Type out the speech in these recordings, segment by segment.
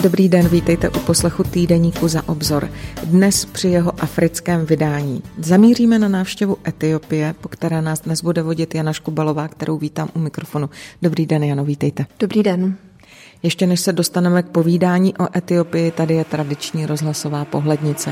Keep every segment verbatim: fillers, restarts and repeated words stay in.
Dobrý den, vítejte u poslechu týdeníku Za obzor. Dnes při jeho africkém vydání zamíříme na návštěvu Etiopie, po které nás dnes bude vodit Jana Škubalová, kterou vítám u mikrofonu. Dobrý den, Jano, vítejte. Dobrý den. Ještě než se dostaneme k povídání o Etiopii, tady je tradiční rozhlasová pohlednice.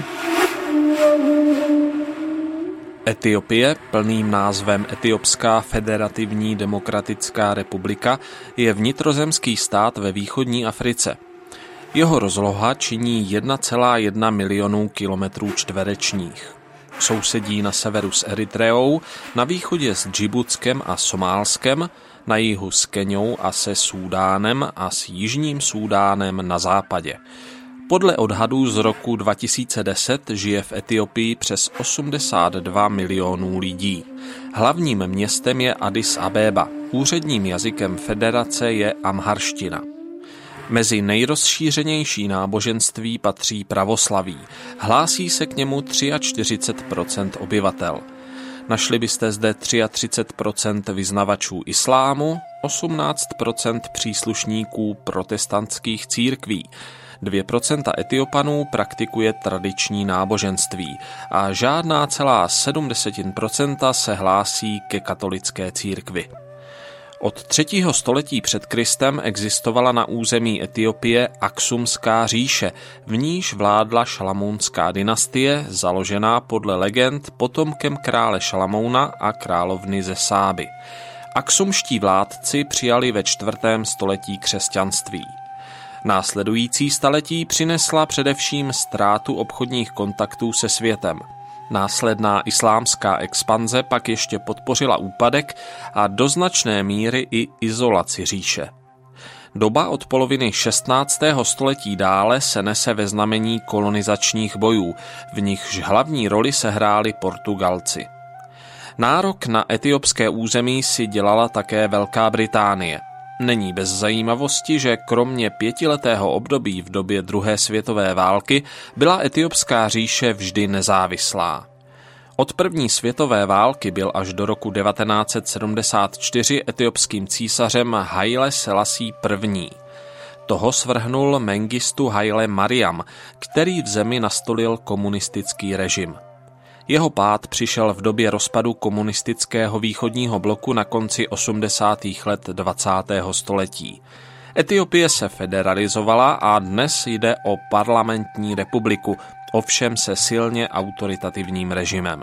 Etiopie, plným názvem Etiopská federativní demokratická republika, je vnitrozemský stát ve východní Africe. Jeho rozloha činí jedna celá jedna milionu kilometrů čtverečních. Sousedí na severu s Eritreou, na východě s Džibutskem a Somálskem, na jihu s Keňou a se Súdánem a s Jižním Súdánem na západě. Podle odhadů z roku dva tisíce deset žije v Etiopii přes osmdesát dva milionů lidí. Hlavním městem je Addis Abeba. Úředním jazykem federace je amharština. Mezi nejrozšířenější náboženství patří pravoslaví. Hlásí se k němu čtyřicet tři procent obyvatel. Našli byste zde třicet tři procent vyznavačů islámu, osmnáct procent příslušníků protestantských církví. dvě procenta Etiopanů praktikuje tradiční náboženství a žádná celá sedm procent se hlásí ke katolické církvi. Od třetího století před Kristem existovala na území Etiopie Aksumská říše, v níž vládla šalamounská dynastie, založená podle legend potomkem krále Šalamouna a královny ze Sáby. Aksumští vládci přijali ve čtvrtém století křesťanství. Následující staletí přinesla především ztrátu obchodních kontaktů se světem. Následná islámská expanze pak ještě podpořila úpadek a do značné míry i izolaci říše. Doba od poloviny šestnáctého století dále se nese ve znamení kolonizačních bojů, v nichž hlavní roli sehráli Portugalci. Nárok na etiopské území si dělala také Velká Británie. Není bez zajímavosti, že kromě pětiletého období v době druhé světové války byla etiopská říše vždy nezávislá. Od první světové války byl až do roku devatenáct set sedmdesát čtyři etiopským císařem Haile Selassie I. Toho svrhnul Mengistu Haile Mariam, který v zemi nastolil komunistický režim. Jeho pád přišel v době rozpadu komunistického východního bloku na konci osmdesátých let dvacátého století. Etiopie se federalizovala a dnes jde o parlamentní republiku, ovšem se silně autoritativním režimem.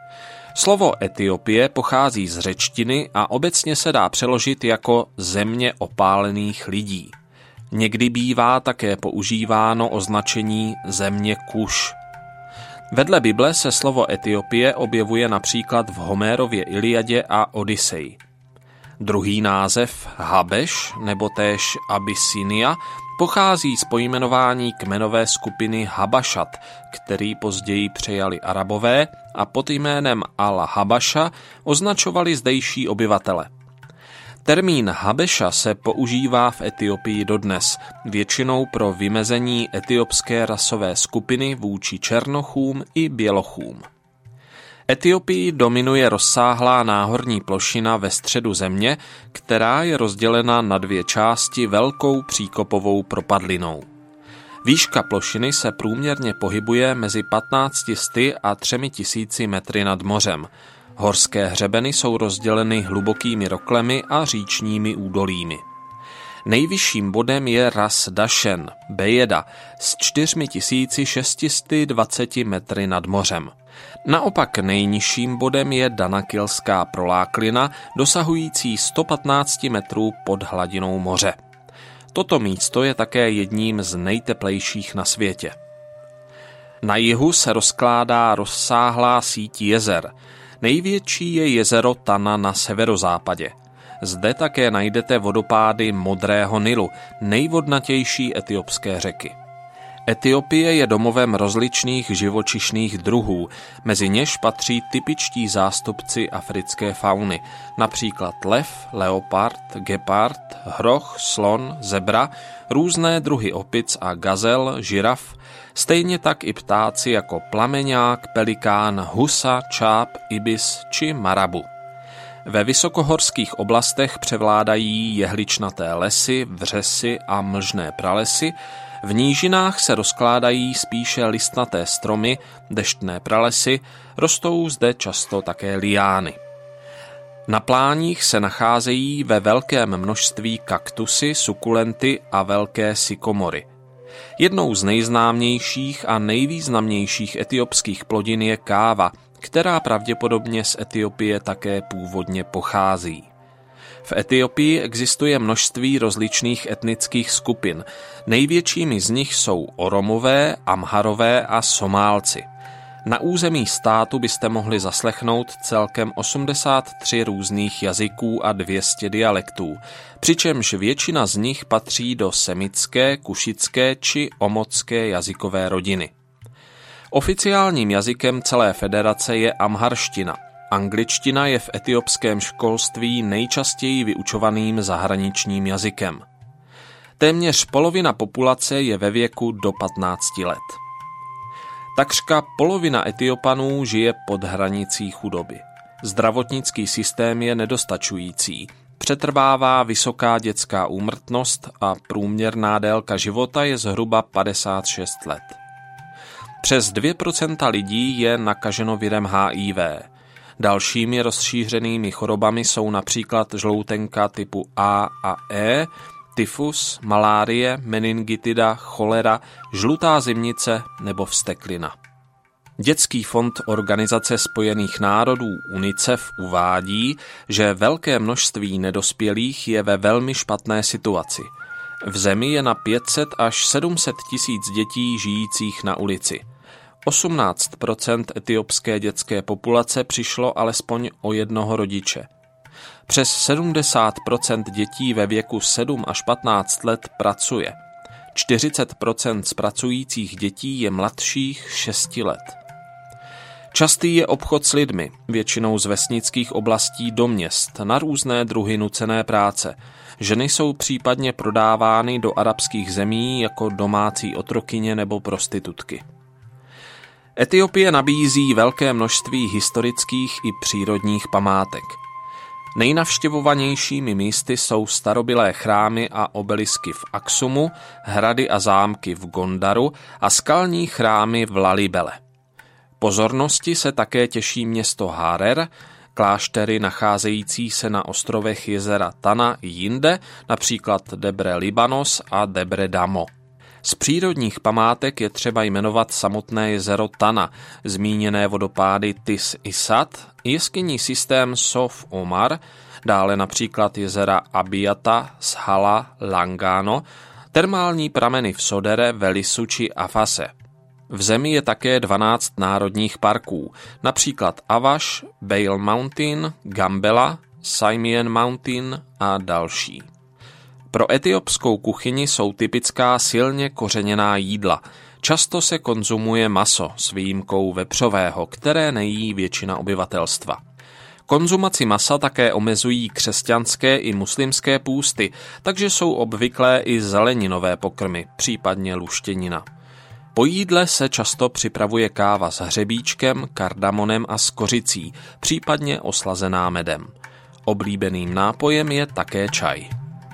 Slovo Etiopie pochází z řečtiny a obecně se dá přeložit jako země opálených lidí. Někdy bývá také používáno označení země Kuš. Vedle Bible se slovo Etiopie objevuje například v Homérově Iliadě a Odyseji. Druhý název Habeš nebo též Abyssinia pochází z pojmenování kmenové skupiny Habašat, který později přejali Arabové a pod jménem Al-Habaša označovali zdejší obyvatele. Termín Habeša se používá v Etiopii dodnes, většinou pro vymezení etiopské rasové skupiny vůči černochům i bělochům. Etiopii dominuje rozsáhlá náhorní plošina ve středu země, která je rozdělena na dvě části velkou příkopovou propadlinou. Výška plošiny se průměrně pohybuje mezi patnáct set a tři tisíce metry nad mořem. Horské hřebeny jsou rozděleny hlubokými roklemi a říčními údolími. Nejvyšším bodem je Ras Dashen, Bejeda, s čtyři tisíce šest set dvacet metry nad mořem. Naopak nejnižším bodem je Danakilská proláklina, dosahující sto patnáct metrů pod hladinou moře. Toto místo je také jedním z nejteplejších na světě. Na jihu se rozkládá rozsáhlá síť jezer. Největší je jezero Tana na severozápadě. Zde také najdete vodopády Modrého Nilu, nejvodnatější etiopské řeky. Etiopie je domovem rozličných živočišných druhů, mezi něž patří typičtí zástupci africké fauny, například lev, leopard, gepard, hroch, slon, zebra, různé druhy opic a gazel, žiraf, stejně tak i ptáci jako plameňák, pelikán, husa, čáp, ibis či marabu. Ve vysokohorských oblastech převládají jehličnaté lesy, vřesy a mlžné pralesy, v nížinách se rozkládají spíše listnaté stromy, deštné pralesy, rostou zde často také liány. Na pláních se nacházejí ve velkém množství kaktusy, sukulenty a velké sykomory. Jednou z nejznámějších a nejvýznamnějších etiopských plodin je káva, která pravděpodobně z Etiopie také původně pochází. V Etiopii existuje množství rozličných etnických skupin. Největšími z nich jsou Oromové, Amharové a Somálci. Na území státu byste mohli zaslechnout celkem osmdesát tři různých jazyků a dvě stě dialektů, přičemž většina z nich patří do semitské, kušické či omotské jazykové rodiny. Oficiálním jazykem celé federace je amharština. Angličtina je v etiopském školství nejčastěji vyučovaným zahraničním jazykem. Téměř polovina populace je ve věku do patnácti let. Takřka polovina Etiopanů žije pod hranicí chudoby. Zdravotnický systém je nedostačující. Přetrvává vysoká dětská úmrtnost a průměrná délka života je zhruba padesát šest let. Přes dvě procenta lidí je nakaženo virem H I V. Dalšími rozšířenými chorobami jsou například žloutenka typu A a E, tyfus, malárie, meningitida, cholera, žlutá zimnice nebo vzteklina. Dětský fond Organizace spojených národů UNICEF uvádí, že velké množství nedospělých je ve velmi špatné situaci. V zemi je na pět set až sedm set tisíc dětí žijících na ulici. osmnáct procent etiopské dětské populace přišlo alespoň o jednoho rodiče. Přes sedmdesát procent dětí ve věku sedm až patnáct let pracuje. čtyřicet procent z pracujících dětí je mladších šesti let. Častý je obchod s lidmi, většinou z vesnických oblastí do měst, na různé druhy nucené práce. Ženy jsou případně prodávány do arabských zemí jako domácí otrokyně nebo prostitutky. Etiopie nabízí velké množství historických i přírodních památek. Nejnavštěvovanějšími místy jsou starobylé chrámy a obelisky v Aksumu, hrady a zámky v Gondaru a skalní chrámy v Lalibele. Pozornosti se také těší město Harer, kláštery nacházející se na ostrovech jezera Tana i jinde, například Debre Libanos a Debre Damo. Z přírodních památek je třeba jmenovat samotné jezero Tana, zmíněné vodopády Tis Isat, jeskyní systém Sof Omar, dále například jezera Abiyata, Shala, Langano, termální prameny v Sodere, Velisu či Afase. V zemi je také dvanáct národních parků, například Avaš, Bale Mountain, Gambela, Simien Mountain a další. Pro etiopskou kuchyni jsou typická silně kořeněná jídla. Často se konzumuje maso s výjimkou vepřového, které nejí většina obyvatelstva. Konzumaci masa také omezují křesťanské i muslimské půsty, takže jsou obvyklé i zeleninové pokrmy, případně luštěnina. Po jídle se často připravuje káva s hřebíčkem, kardamonem a s kořicí, případně oslazená medem. Oblíbeným nápojem je také čaj.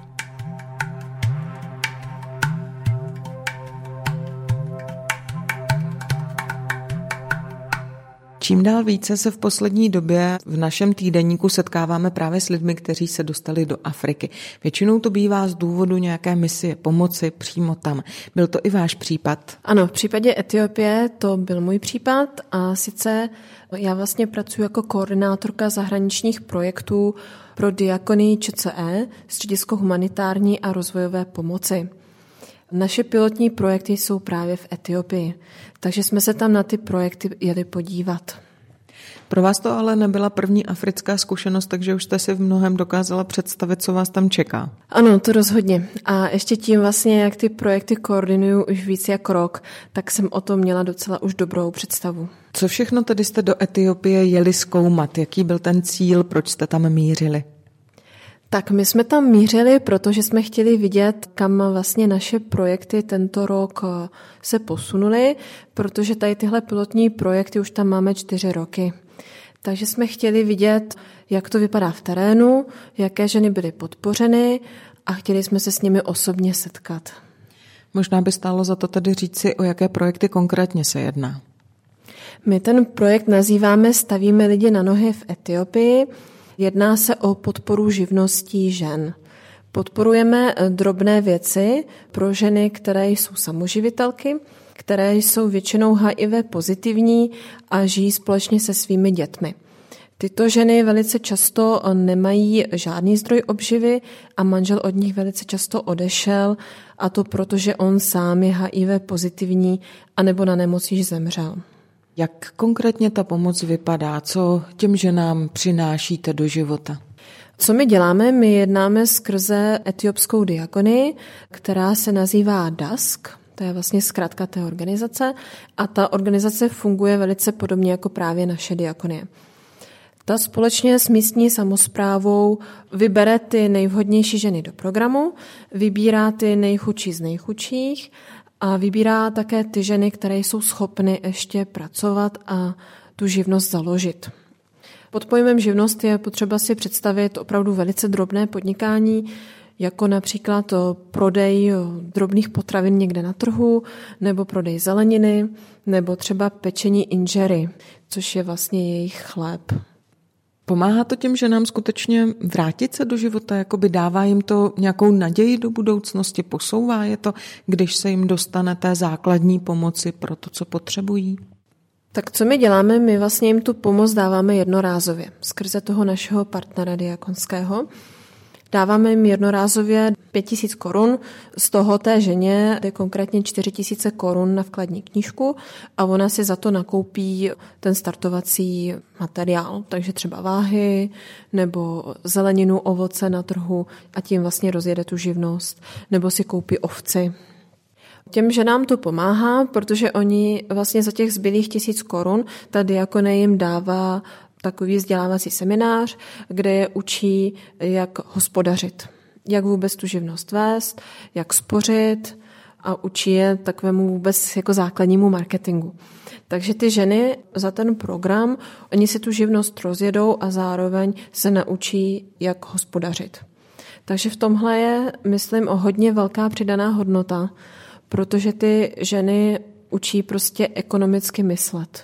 Čím dál více se v poslední době v našem týdeníku setkáváme právě s lidmi, kteří se dostali do Afriky. Většinou to bývá z důvodu nějaké misie pomoci přímo tam. Byl to i váš případ? Ano, v případě Etiopie to byl můj případ a sice já vlastně pracuji jako koordinátorka zahraničních projektů pro diakonii Č C E, Středisko humanitární a rozvojové pomoci. Naše pilotní projekty jsou právě v Etiopii, takže jsme se tam na ty projekty jeli podívat. Pro vás to ale nebyla první africká zkušenost, takže už jste si v mnohem dokázala představit, co vás tam čeká. Ano, to rozhodně. A ještě tím vlastně, jak ty projekty koordinuju už víc jak rok, tak jsem o tom měla docela už dobrou představu. Co všechno tedy jste do Etiopie jeli zkoumat? Jaký byl ten cíl, proč jste tam mířili? Tak my jsme tam mířili, protože jsme chtěli vidět, kam vlastně naše projekty tento rok se posunuly, protože tady tyhle pilotní projekty už tam máme čtyři roky. Takže jsme chtěli vidět, jak to vypadá v terénu, jaké ženy byly podpořeny a chtěli jsme se s nimi osobně setkat. Možná by stálo za to tedy říci, o jaké projekty konkrétně se jedná. My ten projekt nazýváme Stavíme lidi na nohy v Etiopii. Jedná se o podporu živností žen. Podporujeme drobné věci pro ženy, které jsou samoživitelky, které jsou většinou H I V pozitivní a žijí společně se svými dětmi. Tyto ženy velice často nemají žádný zdroj obživy a manžel od nich velice často odešel, a to proto, že on sám je H I V pozitivní anebo na nemoc již zemřel. Jak konkrétně ta pomoc vypadá? Co těm ženám přinášíte do života? Co my děláme? My jednáme skrze etiopskou diakonii, která se nazývá D A S K, to je vlastně zkrátka té organizace, a ta organizace funguje velice podobně jako právě naše diakonie. Ta společně s místní samosprávou vybere ty nejvhodnější ženy do programu, vybírá ty nejchudší z nejchudších a vybírá také ty ženy, které jsou schopny ještě pracovat a tu živnost založit. Pod pojmem živnost je potřeba si představit opravdu velice drobné podnikání, jako například prodej drobných potravin někde na trhu, nebo prodej zeleniny, nebo třeba pečení inžery, což je vlastně jejich chléb. Pomáhá to těm ženám skutečně vrátit se do života, jakoby dává jim to nějakou naději do budoucnosti, posouvá je to, když se jim dostane té základní pomoci pro to, co potřebují? Tak co my děláme? My vlastně jim tu pomoc dáváme jednorázově, skrze toho našeho partnera diakonského. Dáváme jim jednorázově pět tisíc korun, z toho té ženě jde konkrétně čtyři tisíce korun na vkladní knížku a ona si za to nakoupí ten startovací materiál, takže třeba váhy nebo zeleninu, ovoce na trhu a tím vlastně rozjede tu živnost, nebo si koupí ovci. Těm ženám to pomáhá, protože oni vlastně za těch zbylých tisíc korun ta diakonie jim dává takový vzdělávací seminář, kde je učí, jak hospodařit, jak vůbec tu živnost vést, jak spořit a učí je takovému vůbec jako základnímu marketingu. Takže ty ženy za ten program, oni si tu živnost rozjedou a zároveň se naučí, jak hospodařit. Takže v tomhle je, myslím, o hodně velká přidaná hodnota, protože ty ženy učí prostě ekonomicky myslet.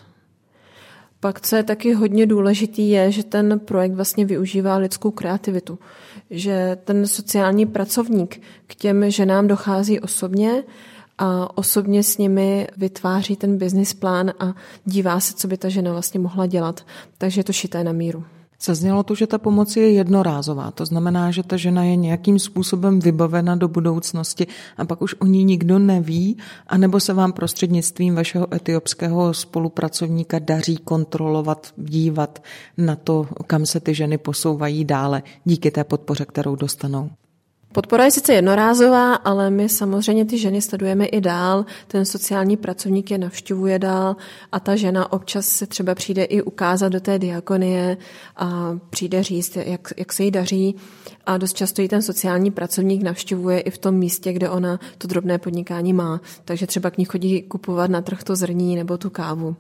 Pak, co je taky hodně důležitý, je, že ten projekt vlastně využívá lidskou kreativitu. Že ten sociální pracovník k těm ženám dochází osobně a osobně s nimi vytváří ten business plán a dívá se, co by ta žena vlastně mohla dělat. Takže je to šité na míru. Zaznělo to, že ta pomoc je jednorázová. To znamená, že ta žena je nějakým způsobem vybavena do budoucnosti a pak už o ní nikdo neví, anebo se vám prostřednictvím vašeho etiopského spolupracovníka daří kontrolovat, dívat na to, kam se ty ženy posouvají dále díky té podpoře, kterou dostanou. Podpora je sice jednorázová, ale my samozřejmě ty ženy sledujeme i dál, ten sociální pracovník je navštěvuje dál a ta žena občas se třeba přijde i ukázat do té diakonie a přijde říct, jak, jak se jí daří a dost často jí ten sociální pracovník navštěvuje i v tom místě, kde ona to drobné podnikání má, takže třeba k ní chodí kupovat na trh to zrní nebo tu kávu.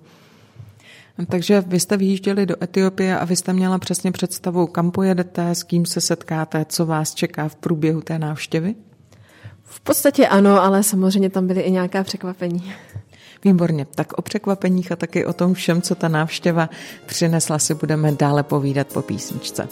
Takže vy jste vyjížděli do Etiopie a vy jste měla přesně představu, kam pojedete, s kým se setkáte, co vás čeká v průběhu té návštěvy? V podstatě ano, ale samozřejmě tam byly i nějaká překvapení. Výborně, tak o překvapeních a taky o tom všem, co ta návštěva přinesla, si budeme dále povídat po písničce.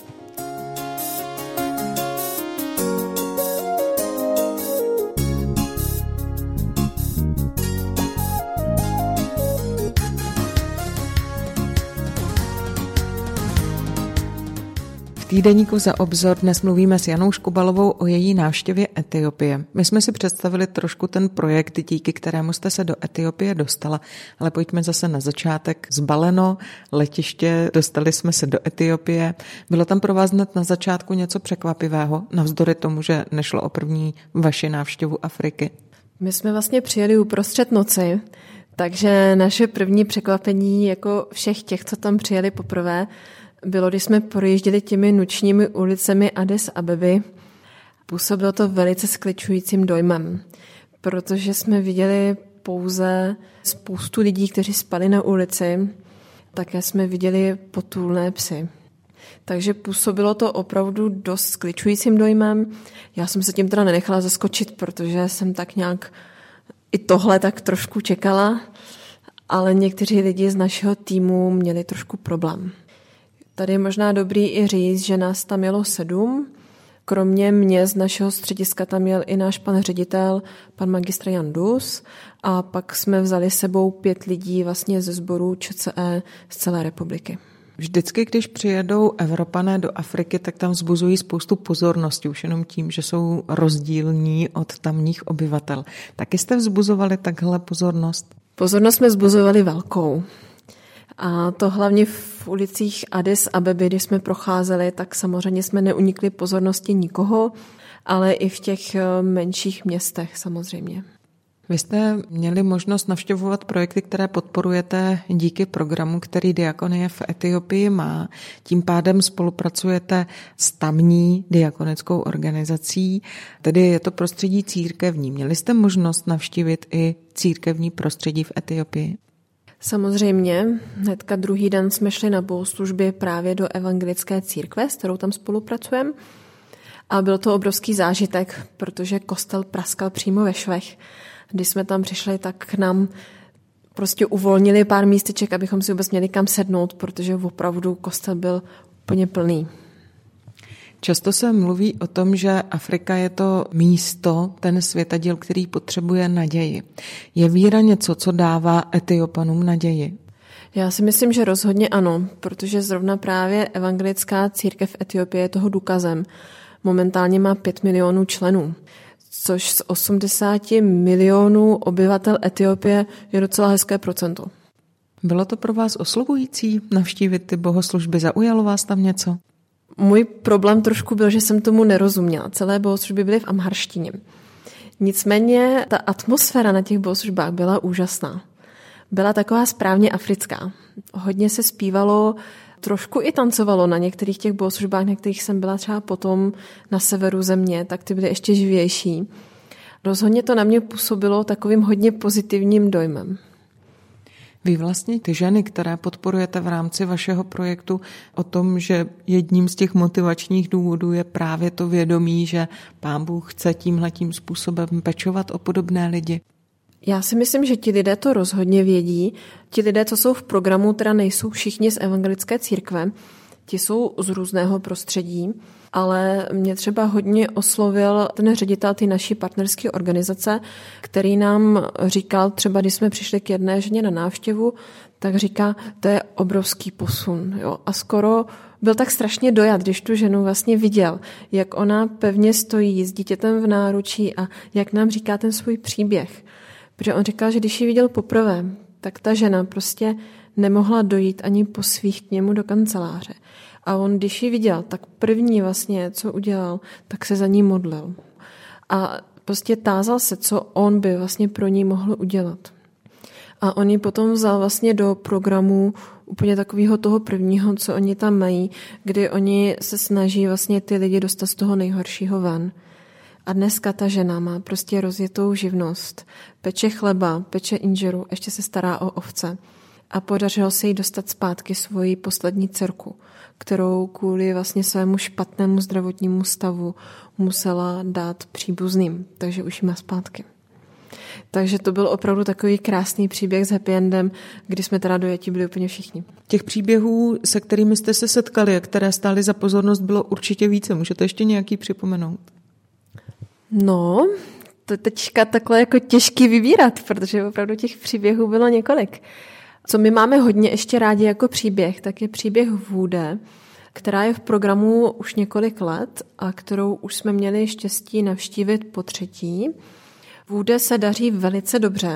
V týdeníku Za obzor dnes mluvíme s Janou Škubalovou o její návštěvě Etiopie. My jsme si představili trošku ten projekt, díky kterému jste se do Etiopie dostala, ale pojďme zase na začátek. Zbaleno, letiště, dostali jsme se do Etiopie. Bylo tam pro vás hned na začátku něco překvapivého, navzdory tomu, že nešlo o první vaši návštěvu Afriky? My jsme vlastně přijeli uprostřed noci, takže naše první překvapení, jako všech těch, co tam přijeli poprvé, bylo, když jsme projížděli těmi nočními ulicemi Addis Abeby. Působilo to velice skličujícím dojmem, protože jsme viděli pouze spoustu lidí, kteří spali na ulici. Také jsme viděli potulné psy. Takže působilo to opravdu dost skličujícím dojmem. Já jsem se tím teda nenechala zaskočit, protože jsem tak nějak i tohle tak trošku čekala, ale někteří lidi z našeho týmu měli trošku problém. Tady je možná dobrý i říct, že nás tam jelo sedm. Kromě mě z našeho střediska tam jel i náš pan ředitel, pan magistr Jan Dus, a pak jsme vzali sebou pět lidí vlastně ze sboru ČCE z celé republiky. Vždycky, když přijedou Evropané do Afriky, tak tam vzbuzují spoustu pozornosti, už jenom tím, že jsou rozdílní od tamních obyvatel. Taky jste vzbuzovali takhle pozornost? Pozornost jsme vzbuzovali velkou. A to hlavně v ulicích Addis Abeby, když jsme procházeli, tak samozřejmě jsme neunikli pozornosti nikoho, ale i v těch menších městech samozřejmě. Vy jste měli možnost navštěvovat projekty, které podporujete díky programu, který Diakonie v Etiopii má. Tím pádem spolupracujete s tamní diakonickou organizací, tedy je to prostředí církevní. Měli jste možnost navštívit i církevní prostředí v Etiopii? Samozřejmě. Hnedka druhý den jsme šli na bohoslužby právě do evangelické církve, s kterou tam spolupracujeme. A byl to obrovský zážitek, protože kostel praskal přímo ve švech. Když jsme tam přišli, tak k nám prostě uvolnili pár místeček, abychom si vůbec měli kam sednout, protože opravdu kostel byl úplně plný. Často se mluví o tom, že Afrika je to místo, ten světadíl, který potřebuje naději. Je víra něco, co dává Etiopanům naději? Já si myslím, že rozhodně ano, protože zrovna právě evangelická církev Etiopie je toho důkazem. Momentálně má pět milionů členů, což z osmdesáti milionů obyvatel Etiopie je docela hezké procento. Bylo to pro vás oslovující navštívit ty bohoslužby? Zaujalo vás tam něco? Můj problém trošku byl, že jsem tomu nerozuměla. Celé bohoslužby byly v amharštině. Nicméně ta atmosféra na těch bohoslužbách byla úžasná. Byla taková správně africká. Hodně se zpívalo, trošku i tancovalo na některých těch bohoslužbách, na kterých jsem byla třeba potom na severu země, tak ty byly ještě živější. Rozhodně to na mě působilo takovým hodně pozitivním dojmem. Vy vlastně ty ženy, které podporujete v rámci vašeho projektu, o tom, že jedním z těch motivačních důvodů je právě to vědomí, že Pán Bůh chce tímhletím způsobem pečovat o podobné lidi. Já si myslím, že ti lidé to rozhodně vědí. Ti lidé, co jsou v programu, teda nejsou všichni z evangelické církve. Ti jsou z různého prostředí, ale mě třeba hodně oslovil ten ředitel té naší partnerské organizace, který nám říkal, třeba když jsme přišli k jedné ženě na návštěvu, tak říká, to je obrovský posun. Jo? A skoro byl tak strašně dojat, když tu ženu vlastně viděl, jak ona pevně stojí s dítětem v náručí a jak nám říká ten svůj příběh. Protože on říkal, že když ji viděl poprvé, tak ta žena prostě nemohla dojít ani po svých k němu do kanceláře. A on, když ji viděl, tak první vlastně, co udělal, tak se za ní modlil. A prostě tázal se, co on by vlastně pro ní mohl udělat. A on ji potom vzal vlastně do programu úplně takového toho prvního, co oni tam mají, kdy oni se snaží vlastně ty lidi dostat z toho nejhoršího ven. A dneska ta žena má prostě rozjetou živnost. Peče chleba, peče inžeru, ještě se stará o ovce. A podařilo se jí dostat zpátky svoji poslední dcerku, kterou kvůli vlastně svému špatnému zdravotnímu stavu musela dát příbuzným, takže už ji má zpátky. Takže to byl opravdu takový krásný příběh s happy endem, kdy jsme teda dojatí byli úplně všichni. Těch příběhů, se kterými jste se setkali a které stály za pozornost, bylo určitě více. Můžete ještě nějaký připomenout? No, to teďka takhle jako těžký vybírat, protože opravdu těch příběhů bylo několik. Co my máme hodně ještě rádi jako příběh, tak je příběh Vůde, která je v programu už několik let a kterou už jsme měli štěstí navštívit po třetí. Vůde se daří velice dobře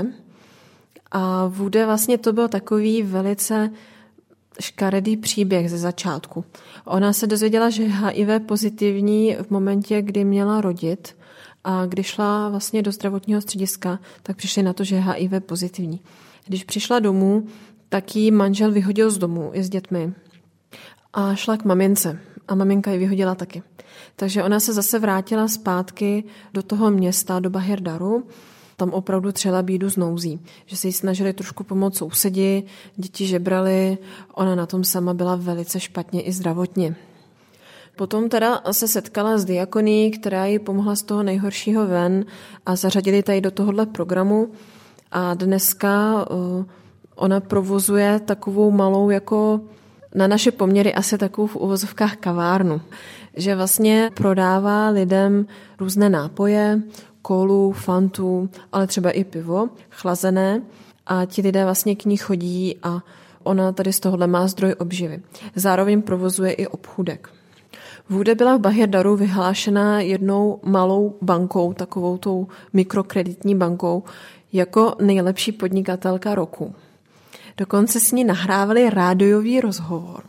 a Vůde vlastně to byl takový velice škaredý příběh ze začátku. Ona se dozvěděla, že je H I V pozitivní v momentě, kdy měla rodit a když šla vlastně do zdravotního střediska, tak přišli na to, že je H I V pozitivní. Když přišla domů, tak jí manžel vyhodil z domu i s dětmi a šla k mamince a maminka ji vyhodila taky. Takže ona se zase vrátila zpátky do toho města, do Bahir Daru tam opravdu třela bídu z nouzí. Že se jí snažili trošku pomoct sousedi, děti žebrali, ona na tom sama byla velice špatně i zdravotně. Potom teda se setkala s diakoní, která jí pomohla z toho nejhoršího ven a zařadili tady do tohohle programu. A dneska ona provozuje takovou malou, jako na naše poměry asi takovou v uvozovkách kavárnu, že vlastně prodává lidem různé nápoje, kolu, fantu, ale třeba i pivo, chlazené, a ti lidé vlastně k ní chodí a ona tady z tohohle má zdroj obživy. Zároveň provozuje i obchůdek. Vůde byla v Bahirdaru vyhlášena jednou malou bankou, takovou tou mikrokreditní bankou, jako nejlepší podnikatelka roku. Dokonce s ní nahrávali rádiový rozhovor.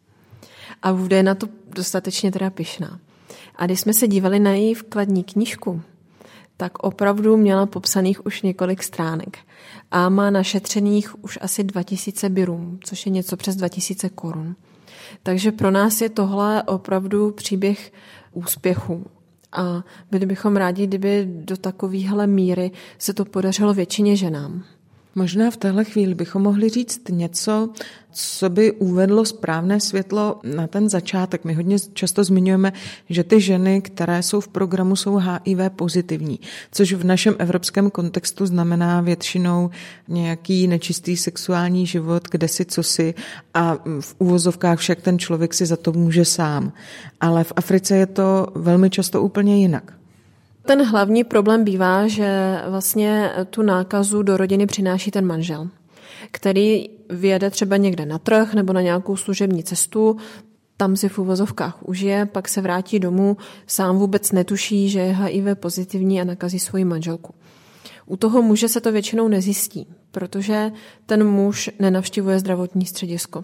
A Vůde je na to dostatečně teda pyšná. A když jsme se dívali na její vkladní knížku, tak opravdu měla popsaných už několik stránek. A má našetřených už asi dva tisíce birů, což je něco přes dva tisíce korun. Takže pro nás je tohle opravdu příběh úspěchu. A byli bychom rádi, kdyby do takovéhle míry se to podařilo většině ženám. Možná v téhle chvíli bychom mohli říct něco, co by uvedlo správné světlo na ten začátek. My hodně často zmiňujeme, že ty ženy, které jsou v programu, jsou H I V pozitivní, což v našem evropském kontextu znamená většinou nějaký nečistý sexuální život, kde si cosi, a v uvozovkách však ten člověk si za to může sám. Ale v Africe je to velmi často úplně jinak. Ten hlavní problém bývá, že vlastně tu nákazu do rodiny přináší ten manžel, který vyjede třeba někde na trh nebo na nějakou služební cestu, tam si v uvozovkách užije, pak se vrátí domů, sám vůbec netuší, že je H I V pozitivní a nakazí svoji manželku. U toho muže se to většinou nezjistí, protože ten muž nenavštěvuje zdravotní středisko.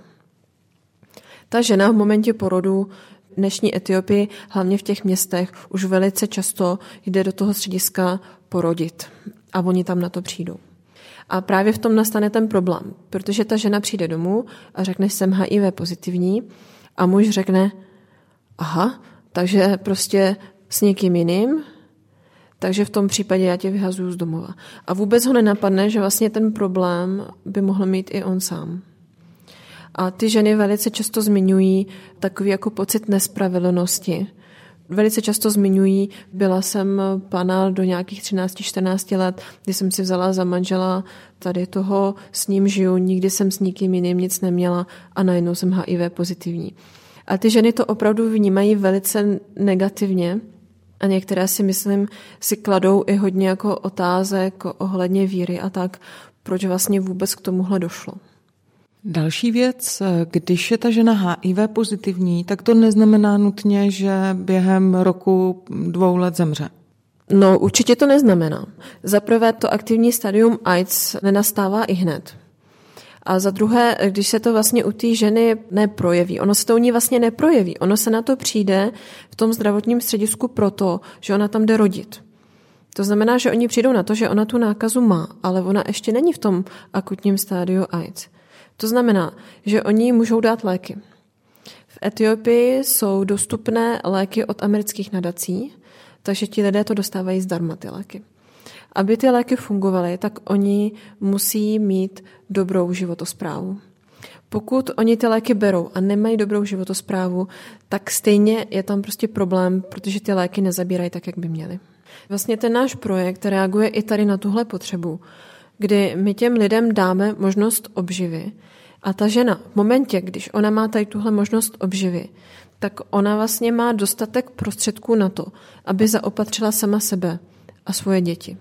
Ta žena v momentě porodu v dnešní Etiopii, hlavně v těch městech, už velice často jde do toho střediska porodit a oni tam na to přijdou. A právě v tom nastane ten problém, protože ta žena přijde domů a řekne, jsem H I V pozitivní, a muž řekne, aha, takže prostě s někým jiným, takže v tom případě já tě vyhazuju z domova. A vůbec ho nenapadne, že vlastně ten problém by mohl mít i on sám. A ty ženy velice často zmiňují takový jako pocit nespravedlnosti. Velice často zmiňují, byla jsem pana do nějakých třináct čtrnáct let, kdy jsem si vzala za manžela tady toho, s ním žiju, nikdy jsem s nikým jiným nic neměla a najednou jsem H I V pozitivní. A ty ženy to opravdu vnímají velice negativně a některé si myslím si kladou i hodně jako otázek ohledně víry a tak, proč vlastně vůbec k tomuhle došlo. Další věc, když je ta žena H I V pozitivní, tak to neznamená nutně, že během roku, dvou let zemře. No, určitě to neznamená. Za prvé to aktivní stadium AIDS nenastává i hned. A za druhé, když se to vlastně u té ženy neprojeví, ono se to u ní vlastně neprojeví, ono se na to přijde v tom zdravotním středisku proto, že ona tam jde rodit. To znamená, že oni přijdou na to, že ona tu nákazu má, ale ona ještě není v tom akutním stádiu AIDS. To znamená, že oni můžou dát léky. V Etiopii jsou dostupné léky od amerických nadací, takže ti lidé to dostávají zdarma, ty léky. Aby ty léky fungovaly, tak oni musí mít dobrou životosprávu. Pokud oni ty léky berou a nemají dobrou životosprávu, tak stejně je tam prostě problém, protože ty léky nezabírají tak, jak by měly. Vlastně ten náš projekt reaguje i tady na tuhle potřebu, kdy my těm lidem dáme možnost obživy a ta žena v momentě, když ona má tady tuhle možnost obživy, tak ona vlastně má dostatek prostředků na to, aby zaopatřila sama sebe a svoje děti.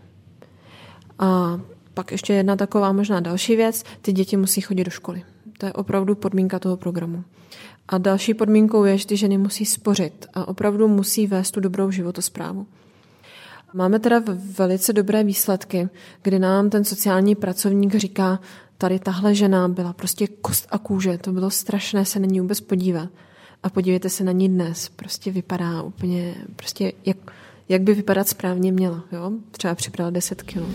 A pak ještě jedna taková možná další věc, ty děti musí chodit do školy. To je opravdu podmínka toho programu. A další podmínkou je, že ty ženy musí spořit a opravdu musí vést tu dobrou životosprávu. Máme teda velice dobré výsledky, kdy nám ten sociální pracovník říká, tady tahle žena byla prostě kost a kůže, to bylo strašné se na ní vůbec podívat. A podívejte se na ní dnes, prostě vypadá úplně, prostě jak, jak by vypadat správně měla. Jo? Třeba přibrala deset kilo.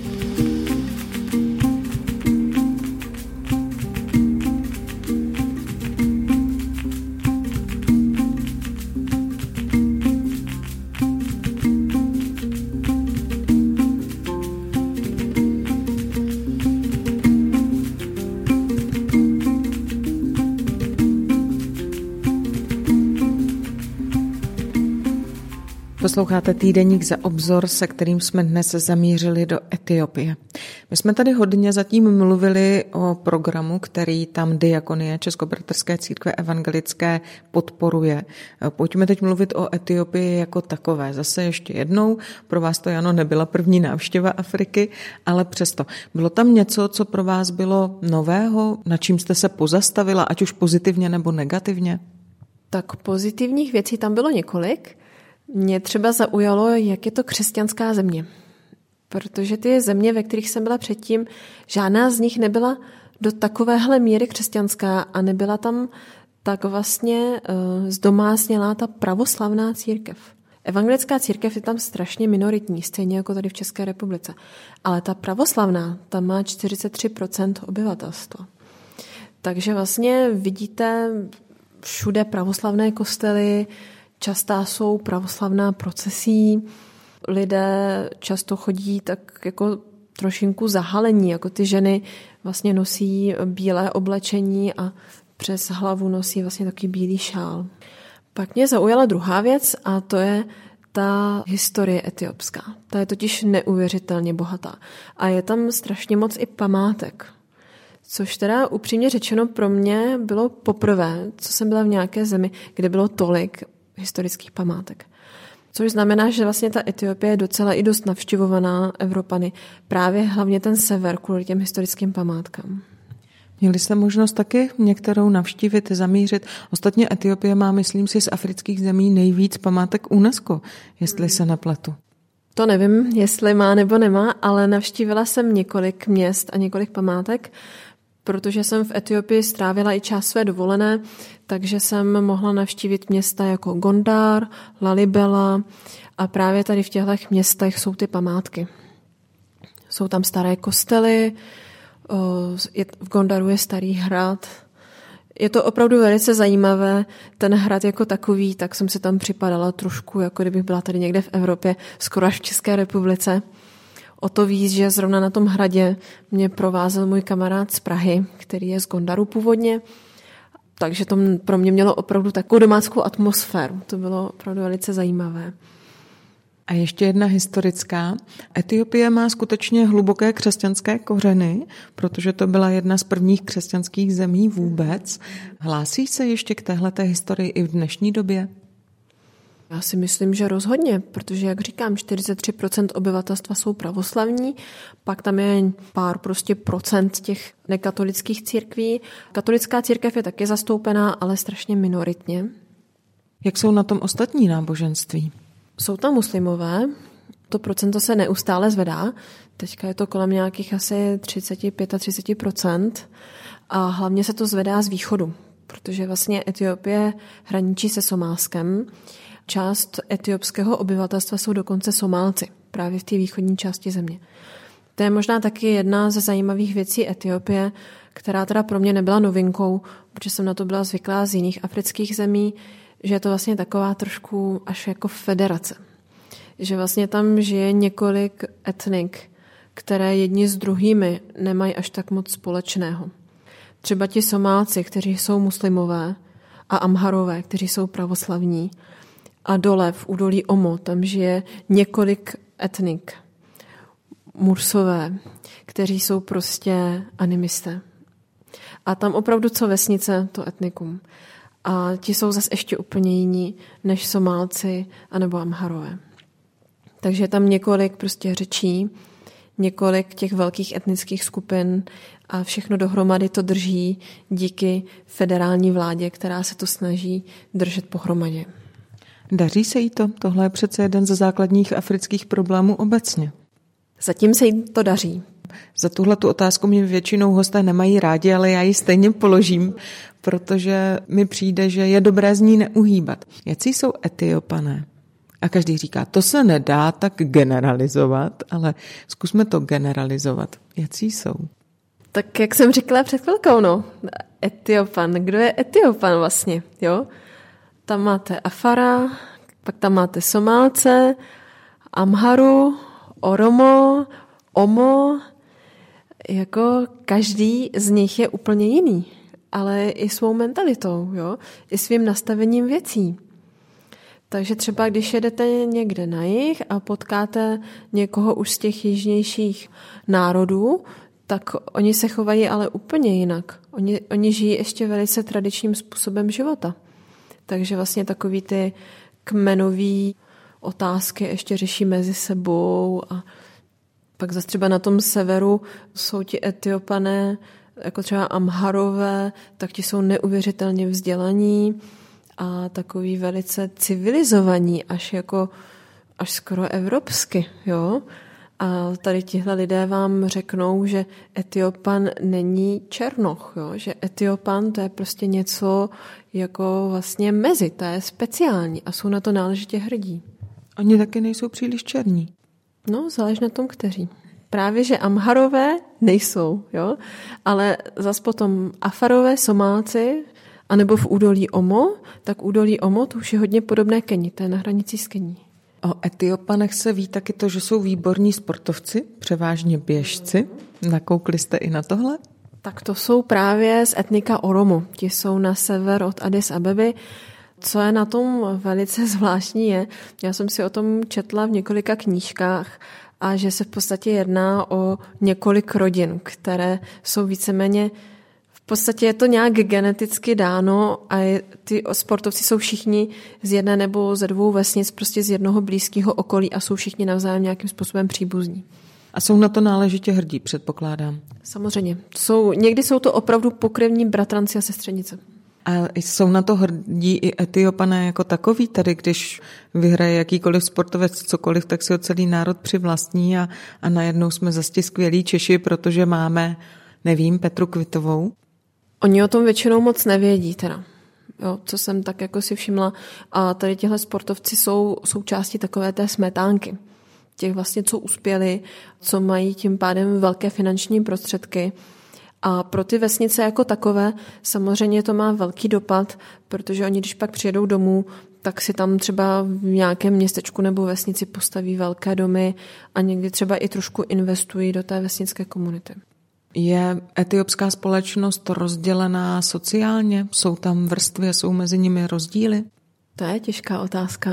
Posloucháte týdeník Za obzor, se kterým jsme dnes zamířili do Etiopie. My jsme tady hodně zatím mluvili o programu, který tam Diakonie Českobratrské církve evangelické podporuje. Pojďme teď mluvit o Etiopii jako takové. Zase ještě jednou, pro vás to, Jano, nebyla první návštěva Afriky, ale přesto. Bylo tam něco, co pro vás bylo nového, na čím jste se pozastavila, ať už pozitivně nebo negativně? Tak pozitivních věcí tam bylo několik. Mě třeba zaujalo, jak je to křesťanská země. Protože ty země, ve kterých jsem byla předtím, žádná z nich nebyla do takovéhle míry křesťanská a nebyla tam tak vlastně uh, zdomásnělá ta pravoslavná církev. Evangelická církev je tam strašně minoritní, stejně jako tady v České republice. Ale ta pravoslavná, tam má čtyřicet tři procent obyvatelstva. Takže vlastně vidíte všude pravoslavné kostely, častá jsou pravoslavná procesí, lidé často chodí tak jako trošinku zahalení, jako ty ženy vlastně nosí bílé oblečení a přes hlavu nosí vlastně takový bílý šál. Pak mě zaujala druhá věc a to je ta historie etiopská. Ta je totiž neuvěřitelně bohatá a je tam strašně moc i památek. Což teda upřímně řečeno pro mě bylo poprvé, co jsem byla v nějaké zemi, kde bylo tolik historických památek. Což znamená, že vlastně ta Etiopie je docela i dost navštěvovaná Evropany. Právě hlavně ten sever kvůli těm historickým památkám. Měli jste možnost taky některou navštívit, zamířit. Ostatně Etiopie má, myslím si, z afrických zemí nejvíc památek UNESCO, jestli se nepletu. To nevím, jestli má nebo nemá, ale navštívila jsem několik měst a několik památek, protože jsem v Etiopii strávila i část své dovolené, takže jsem mohla navštívit města jako Gondar, Lalibela a právě tady v těchto městech jsou ty památky. Jsou tam staré kostely, v Gondaru je starý hrad. Je to opravdu velice zajímavé. Ten hrad jako takový, tak jsem si tam připadala trošku, jako kdybych byla tady někde v Evropě, skoro až v České republice. O to víc, že zrovna na tom hradě mě provázel můj kamarád z Prahy, který je z Gondaru původně, takže to pro mě mělo opravdu takovou domáckou atmosféru. To bylo opravdu velice zajímavé. A ještě jedna historická. Etiopie má skutečně hluboké křesťanské kořeny, protože to byla jedna z prvních křesťanských zemí vůbec. Hlásí se ještě k téhleté historii i v dnešní době? Já si myslím, že rozhodně, protože, jak říkám, čtyřicet tři procent obyvatelstva jsou pravoslavní, pak tam je pár prostě procent těch nekatolických církví. Katolická církev je taky zastoupená, ale strašně minoritně. Jak jsou na tom ostatní náboženství? Jsou tam muslimové, to procento se neustále zvedá, teďka je to kolem nějakých asi třicet pět až třicet procent a hlavně se to zvedá z východu, protože vlastně Etiopie hraničí se Somálskem. Část etiopského obyvatelstva jsou dokonce Somálci, právě v té východní části země. To je možná taky jedna ze zajímavých věcí Etiopie, která teda pro mě nebyla novinkou, protože jsem na to byla zvyklá z jiných afrických zemí, že je to vlastně taková trošku až jako federace. Že vlastně tam žije několik etnik, které jedni s druhými nemají až tak moc společného. Třeba ti Somálci, kteří jsou muslimové, a Amharové, kteří jsou pravoslavní. A dole v údolí Omo, tam žije několik etnik. Mursové, kteří jsou prostě animisté. A tam opravdu co vesnice, to etnikum. A ti jsou zase ještě úplně jiní než Somálci anebo Amharové. Takže je tam několik prostě řečí, několik těch velkých etnických skupin a všechno dohromady to drží díky federální vládě, která se to snaží držet pohromadě. Daří se jí to? Tohle je přece jeden ze základních afrických problémů obecně. Zatím se jí to daří. Za tuhle tu otázku mě většinou hosté nemají rádi, ale já ji stejně položím, protože mi přijde, že je dobré z ní neuhýbat. Jací jsou Etiopané? A každý říká, to se nedá tak generalizovat, ale zkusme to generalizovat. Jací jsou? Tak jak jsem říkala před chvilkou, no, Etiopan. Kdo je Etiopan vlastně, jo? Tam máte Afara, pak tam máte Somálce, Amharu, Oromo, Omo, jako každý z nich je úplně jiný, ale i svou mentalitou, jo? I svým nastavením věcí. Takže třeba když jedete někde na jih a potkáte někoho už z těch jižnějších národů, tak oni se chovají ale úplně jinak. Oni, oni žijí ještě velice tradičním způsobem života. Takže vlastně takový ty kmenový otázky ještě řeší mezi sebou a pak zase třeba na tom severu jsou ti Etiopané, jako třeba Amharové, tak ti jsou neuvěřitelně vzdělaní a takový velice civilizovaní, až jako až skoro evropsky, jo. A tady tihle lidé vám řeknou, že Etiopan není černoch, jo? Že Etiopan to je prostě něco jako vlastně mezi, to je speciální a jsou na to náležitě hrdí. Oni taky nejsou příliš černí. No, záleží na tom, kteří. Právě, že Amharové nejsou, jo? Ale zas potom Afarové, Somálci, anebo v údolí Omo, tak údolí Omo to už je hodně podobné Keni, to je na hranici s Kení. O Etiopanech se ví taky to, že jsou výborní sportovci, převážně běžci. Nakoukli jste i na tohle? Tak to jsou právě z etnika Oromo. Ti jsou na sever od Addis Abeby. Co je na tom velice zvláštní je, já jsem si o tom četla v několika knížkách a že se v podstatě jedná o několik rodin, které jsou víceméně, v podstatě je to nějak geneticky dáno a je, ty sportovci jsou všichni z jedné nebo ze dvou vesnic, prostě z jednoho blízkého okolí a jsou všichni navzájem nějakým způsobem příbuzní. A jsou na to náležitě hrdí, předpokládám. Samozřejmě. Jsou, někdy jsou to opravdu pokrevní bratranci a sestřenice. A jsou na to hrdí i Etiopané jako takový, tady když vyhraje jakýkoliv sportovec cokoliv, tak si ho celý národ přivlastní a, a najednou jsme zase skvělí Češi, protože máme, nevím, Petru Kvitovou. Oni o tom většinou moc nevědí teda, jo, co jsem tak jako si všimla. A tady těhle sportovci jsou součástí takové té smetánky. Těch vlastně, co uspěli, co mají tím pádem velké finanční prostředky. A pro ty vesnice jako takové samozřejmě to má velký dopad, protože oni, když pak přijedou domů, tak si tam třeba v nějakém městečku nebo vesnici postaví velké domy a někdy třeba i trošku investují do té vesnické komunity. Je etiopská společnost rozdělená sociálně? Jsou tam vrstvy a jsou mezi nimi rozdíly? To je těžká otázka.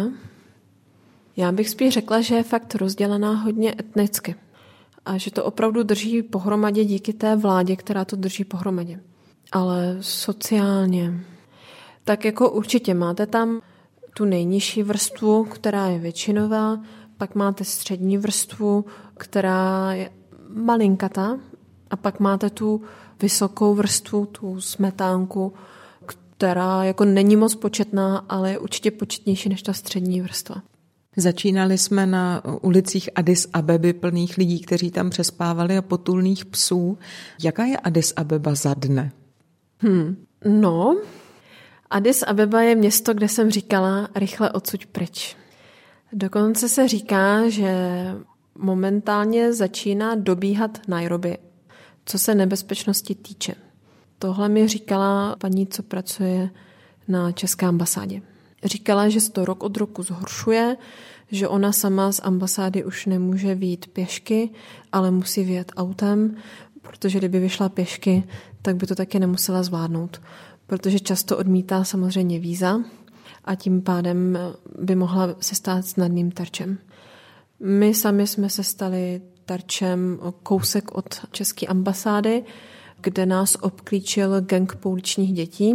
Já bych spíš řekla, že je fakt rozdělená hodně etnicky. A že to opravdu drží pohromadě díky té vládě, která to drží pohromadě. Ale sociálně. Tak jako určitě máte tam tu nejnižší vrstvu, která je většinová, pak máte střední vrstvu, která je malinkatá, a pak máte tu vysokou vrstvu, tu smetánku, která jako není moc početná, ale je určitě početnější než ta střední vrstva. Začínali jsme na ulicích Addis Abeby plných lidí, kteří tam přespávali a potulných psů. Jaká je Addis Abeba za dne? Hmm. No, Addis Abeba je město, kde jsem říkala rychle odsuď pryč. Dokonce se říká, že momentálně začíná dobíhat Nairobi, co se nebezpečnosti týče. Tohle mi říkala paní, co pracuje na české ambasádě. Říkala, že se to rok od roku zhoršuje, že ona sama z ambasády už nemůže vyjít pěšky, ale musí vyjet autem, protože kdyby vyšla pěšky, tak by to taky nemusela zvládnout. Protože často odmítá samozřejmě víza a tím pádem by mohla se stát snadným terčem. My sami jsme se stali terčem kousek od české ambasády, kde nás obklíčil gang pouličních dětí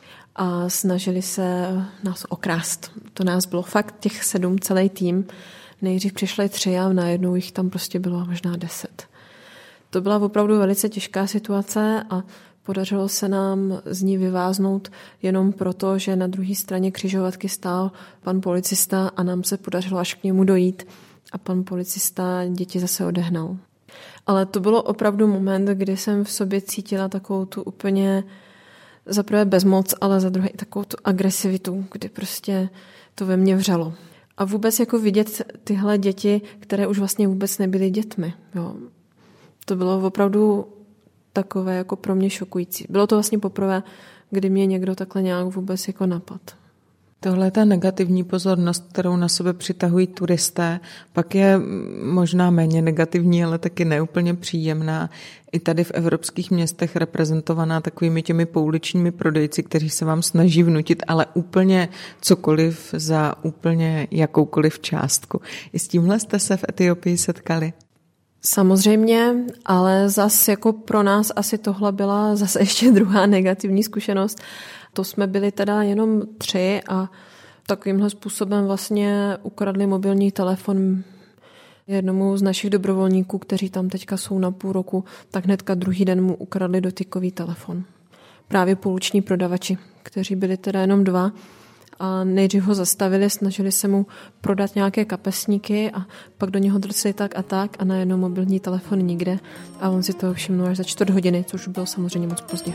a snažili se nás okrást. To nás bylo fakt těch sedm, celý tým. Nejdřív přišli tři a najednou jich tam prostě bylo možná deset. To byla opravdu velice těžká situace a podařilo se nám z ní vyváznout jenom proto, že na druhé straně křižovatky stál pan policista a nám se podařilo až k němu dojít a pan policista děti zase odehnal. Ale to bylo opravdu moment, kdy jsem v sobě cítila takovou tu úplně za prvé bezmoc, ale za druhé i takovou tu agresivitu, kdy prostě to ve mně vřelo. A vůbec jako vidět tyhle děti, které už vlastně vůbec nebyly dětmi. Jo. To bylo opravdu takové jako pro mě šokující. Bylo to vlastně poprvé, kdy mě někdo takhle nějak vůbec jako napad. Tohle je ta negativní pozornost, kterou na sebe přitahují turisté, pak je možná méně negativní, ale taky neúplně příjemná. I tady v evropských městech reprezentovaná takovými těmi pouličními prodejci, kteří se vám snaží vnutit, ale úplně cokoliv za úplně jakoukoliv částku. I s tímhle jste se v Etiopii setkali? Samozřejmě, ale zas jako pro nás asi tohle byla zase ještě druhá negativní zkušenost. To jsme byli teda jenom tři a takovýmhle způsobem vlastně ukradli mobilní telefon jednomu z našich dobrovolníků, kteří tam teďka jsou na půl roku, tak hnedka druhý den mu ukradli dotykový telefon. Právě pouliční prodavači, kteří byli teda jenom dva a nejdřív ho zastavili, snažili se mu prodat nějaké kapesníky a pak do něho drcli tak a tak a najednou mobilní telefon nikde a on si toho všimnul až za čtvrt hodiny, což bylo samozřejmě moc pozdě.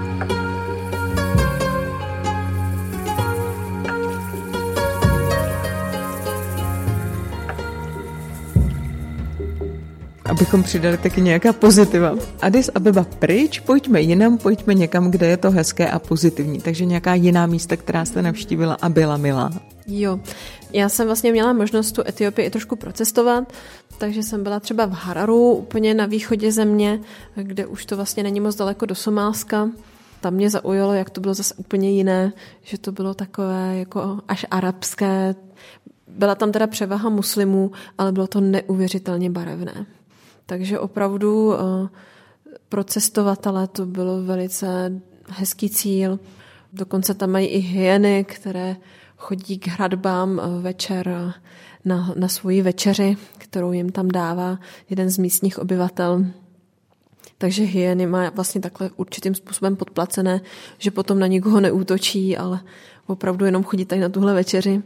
Abychom přidali taky nějaká pozitiva. Addis Abeba pryč, pojďme jinam, pojďme někam, kde je to hezké a pozitivní. Takže nějaká jiná místa, která jste navštívila a byla milá. Jo, já jsem vlastně měla možnost tu Etiopii i trošku procestovat, takže jsem byla třeba v Hararu, úplně na východě země, kde už to vlastně není moc daleko do Somálska. Tam mě zaujalo, jak to bylo zase úplně jiné, že to bylo takové jako až arabské. Byla tam teda převaha muslimů, ale bylo to neuvěřitelně barevné. Takže opravdu pro cestovatele to bylo velice hezký cíl. Dokonce tam mají i hyeny, které chodí k hradbám večer na, na svoji večeři, kterou jim tam dává jeden z místních obyvatel. Takže hyeny má vlastně takhle určitým způsobem podplacené, že potom na nikoho neútočí, ale opravdu jenom chodí tady na tuhle večeři.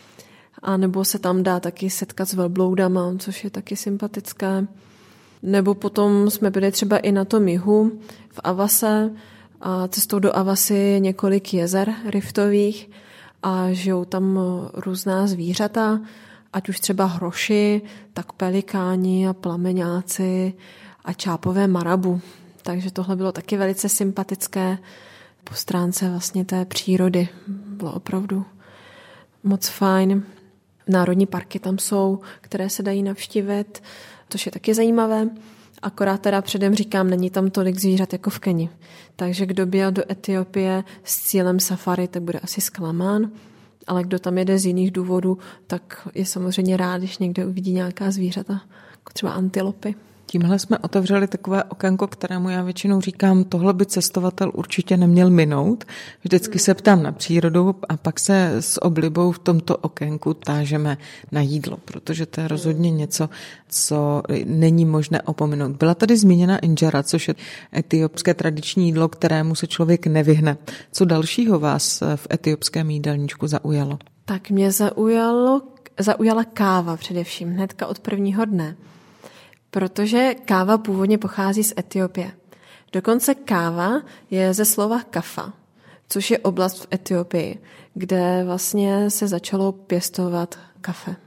A nebo se tam dá taky setkat s velbloudama, což je taky sympatické. Nebo potom jsme byli třeba i na tom jihu v Avase a cestou do Avasy je několik jezer riftových a žijou tam různá zvířata, ať už třeba hroši, tak pelikáni a plameňáci a čápové marabu. Takže tohle bylo taky velice sympatické po stránce vlastně té přírody. Bylo opravdu moc fajn. Národní parky tam jsou, které se dají navštívit, což je taky zajímavé. Akorát teda předem říkám, není tam tolik zvířat jako v Keni. Takže kdo byl do Etiopie s cílem safari, tak bude asi zklamán. Ale kdo tam jede z jiných důvodů, tak je samozřejmě rád, když někde uvidí nějaká zvířata, jako třeba antilopy. Tímhle jsme otevřeli takové okénko, kterému já většinou říkám, tohle by cestovatel určitě neměl minout. Vždycky se ptám na přírodu a pak se s oblibou v tomto okénku tážeme na jídlo, protože to je rozhodně něco, co není možné opominout. Byla tady zmíněna injera, což je etiopské tradiční jídlo, kterému se člověk nevyhne. Co dalšího vás v etiopském jídelníčku zaujalo? Tak mě zaujalo, zaujala káva především hnedka od prvního dne. Protože káva původně pochází z Etiopie. Dokonce káva je ze slova kafa, což je oblast v Etiopii, kde vlastně se začalo pěstovat kafe.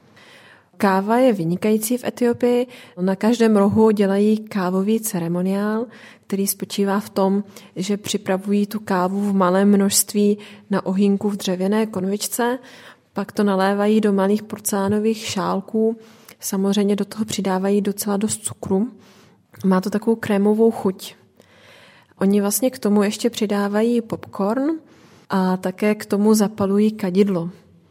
Káva je vynikající v Etiopii. Na každém rohu dělají kávový ceremoniál, který spočívá v tom, že připravují tu kávu v malém množství na ohýnku v dřevěné konvičce, pak to nalévají do malých porcelánových šálků. Samozřejmě do toho přidávají docela dost cukru. Má to takovou krémovou chuť. Oni vlastně k tomu ještě přidávají popcorn a také k tomu zapalují kadidlo.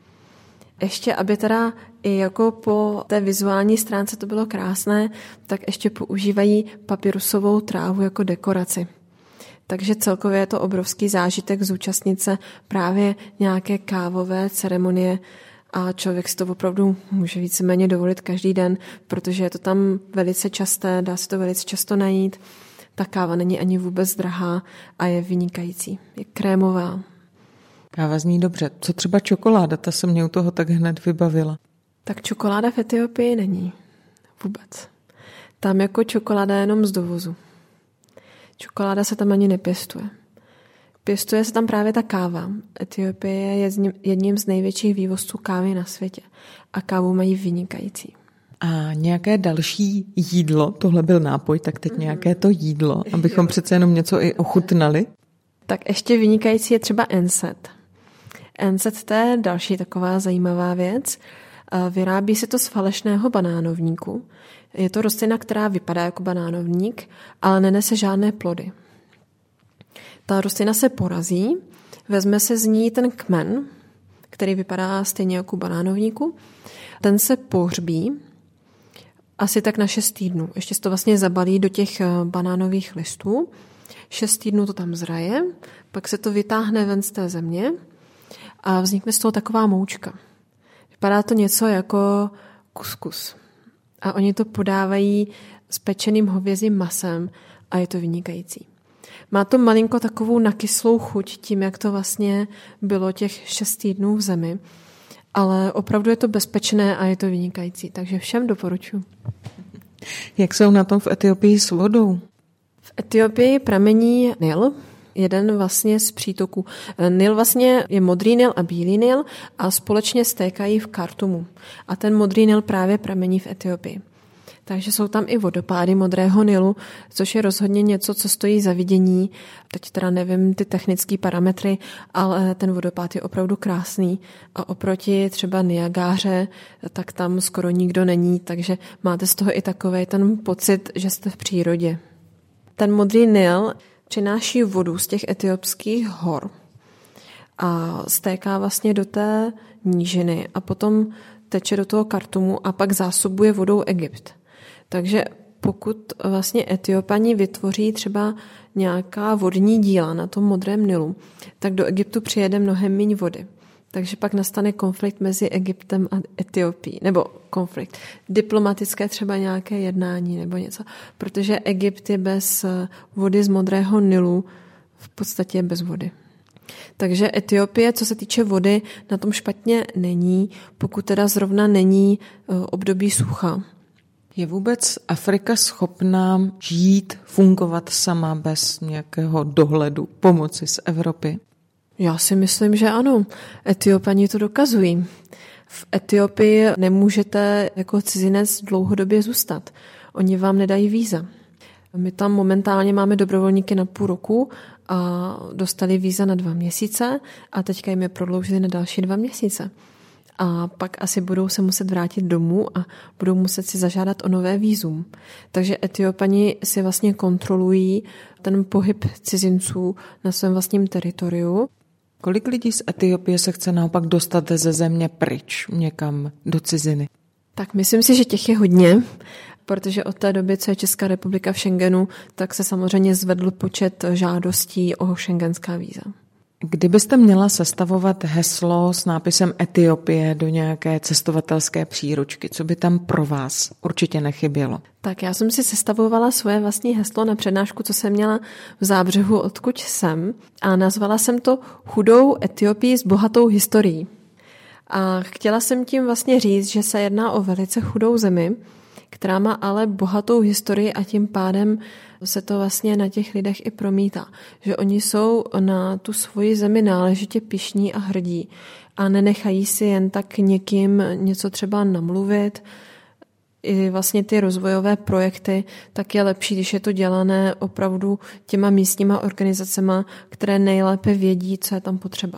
Ještě, aby teda i jako po té vizuální stránce to bylo krásné, tak ještě používají papyrusovou trávu jako dekoraci. Takže celkově je to obrovský zážitek zúčastnit se právě nějaké kávové ceremonie a člověk si to opravdu může víceméně dovolit každý den, protože je to tam velice časté, dá se to velice často najít. Ta káva není ani vůbec drahá a je vynikající. Je krémová. Káva zní dobře. Co třeba čokoláda? Ta se mě u toho tak hned vybavila. Tak čokoláda v Etiopii není. Vůbec. Tam jako čokoláda jenom z dovozu. Čokoláda se tam ani nepěstuje. Pěstuje se tam právě ta káva. Etiopie je jedním z největších vývozců kávy na světě. A kávu mají vynikající. A nějaké další jídlo? Tohle byl nápoj, tak teď nějaké to jídlo, abychom přece jenom něco i ochutnali. Tak ještě vynikající je třeba enset. N Z T, další taková zajímavá věc, vyrábí se to z falešného banánovníku. Je to rostlina, která vypadá jako banánovník, ale nenese žádné plody. Ta rostlina se porazí, vezme se z ní ten kmen, který vypadá stejně jako banánovníku, ten se pohřbí asi tak na šest týdnů. Ještě se to vlastně zabalí do těch banánových listů. Šest týdnů to tam zraje, pak se to vytáhne ven z té země a vznikne z toho taková moučka. Vypadá to něco jako kuskus. A oni to podávají s pečeným hovězím masem a je to vynikající. Má to malinko takovou nakyslou chuť tím, jak to vlastně bylo těch šest týdnů v zemi, ale opravdu je to bezpečné a je to vynikající, takže všem doporučuji. Jak jsou na tom v Etiopii s vodou? V Etiopii pramení Nil, jeden vlastně z přítoků. Nil vlastně je modrý Nil a bílý Nil a společně stékají v Kartumu. A ten modrý Nil právě pramení v Etiopii. Takže jsou tam i vodopády modrého Nilu, což je rozhodně něco, co stojí za vidění. Teď teda nevím ty technické parametry, ale ten vodopád je opravdu krásný. A oproti třeba Niagáře, tak tam skoro nikdo není, takže máte z toho i takovej ten pocit, že jste v přírodě. Ten modrý Nil přináší vodu z těch etiopských hor a stéká vlastně do té nížiny a potom teče do toho Kartumu a pak zásobuje vodou Egypt. Takže pokud vlastně Etiopani vytvoří třeba nějaká vodní díla na tom modrém Nilu, tak do Egyptu přijede mnohem méně vody. Takže pak nastane konflikt mezi Egyptem a Etiopií, nebo konflikt diplomatické, třeba nějaké jednání nebo něco, protože Egypt je bez vody z modrého Nilu v podstatě bez vody. Takže Etiopie, co se týče vody, na tom špatně není, pokud teda zrovna není období sucha. Je vůbec Afrika schopná žít, fungovat sama bez nějakého dohledu, pomoci z Evropy? Já si myslím, že ano. Etiopani to dokazují. V Etiopii nemůžete jako cizinec dlouhodobě zůstat. Oni vám nedají víza. My tam momentálně máme dobrovolníky na půl roku a dostali víza na dva měsíce a teďka jim je prodloužili na další dva měsíce. A pak asi budou se muset vrátit domů a budou muset si zažádat o nové vízum. Takže Etiopani si vlastně kontrolují ten pohyb cizinců na svém vlastním teritoriu. Kolik lidí z Etiopie se chce naopak dostat ze země pryč, někam do ciziny? Tak myslím si, že těch je hodně, protože od té doby, co je Česká republika v Schengenu, tak se samozřejmě zvedl počet žádostí o schengenská víza. Kdybyste měla sestavovat heslo s nápisem Etiopie do nějaké cestovatelské příručky, co by tam pro vás určitě nechybělo? Tak já jsem si sestavovala svoje vlastní heslo na přednášku, co jsem měla v Zábřehu, odkud jsem, a nazvala jsem to Chudou Etiopii s bohatou historií. A chtěla jsem tím vlastně říct, že se jedná o velice chudou zemi, která má ale bohatou historii a tím pádem se to vlastně na těch lidech i promítá. Že oni jsou na tu svoji zemi náležitě pyšní a hrdí a nenechají si jen tak někým něco třeba namluvit. I vlastně ty rozvojové projekty, tak je lepší, když je to dělané opravdu těma místníma organizacema, které nejlépe vědí, co je tam potřeba.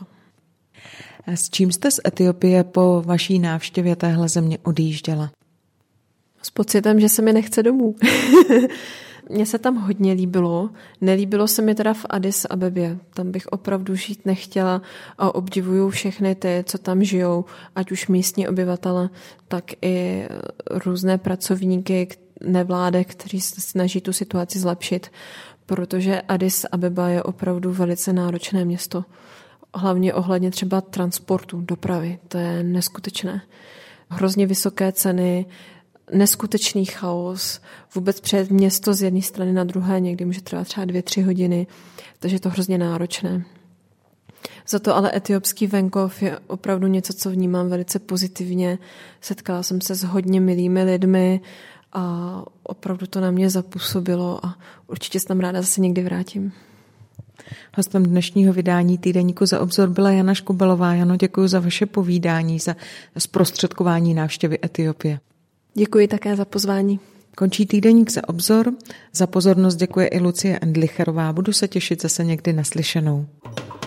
S čím jste z Etiopie po vaší návštěvě téhle země odjížděla? S pocitem, že se mi nechce domů. Mně se tam hodně líbilo. Nelíbilo se mi teda v Addis Abebě. Tam bych opravdu žít nechtěla a obdivuju všechny ty, co tam žijou, ať už místní obyvatele, tak i různé pracovníky nevládek, kteří se snaží tu situaci zlepšit, protože Addis Abeba je opravdu velice náročné město. Hlavně ohledně třeba transportu, dopravy. To je neskutečné. Hrozně vysoké ceny, neskutečný chaos, vůbec přejet město z jedné strany na druhé, někdy může trvat třeba dvě, tři hodiny, takže je to hrozně náročné. Za to ale etiopský venkov je opravdu něco, co vnímám velice pozitivně. Setkala jsem se s hodně milými lidmi a opravdu to na mě zapůsobilo a určitě se tam ráda zase někdy vrátím. Hostem dnešního vydání týdeníku Za obzor byla Jana Škubelová. Jano, děkuji za vaše povídání, za zprostředkování návštěvy Etiopie. Děkuji také za pozvání. Končí týdeník Za obzor. Za pozornost děkuje i Lucie Endlicherová. Budu se těšit zase někdy naslyšenou.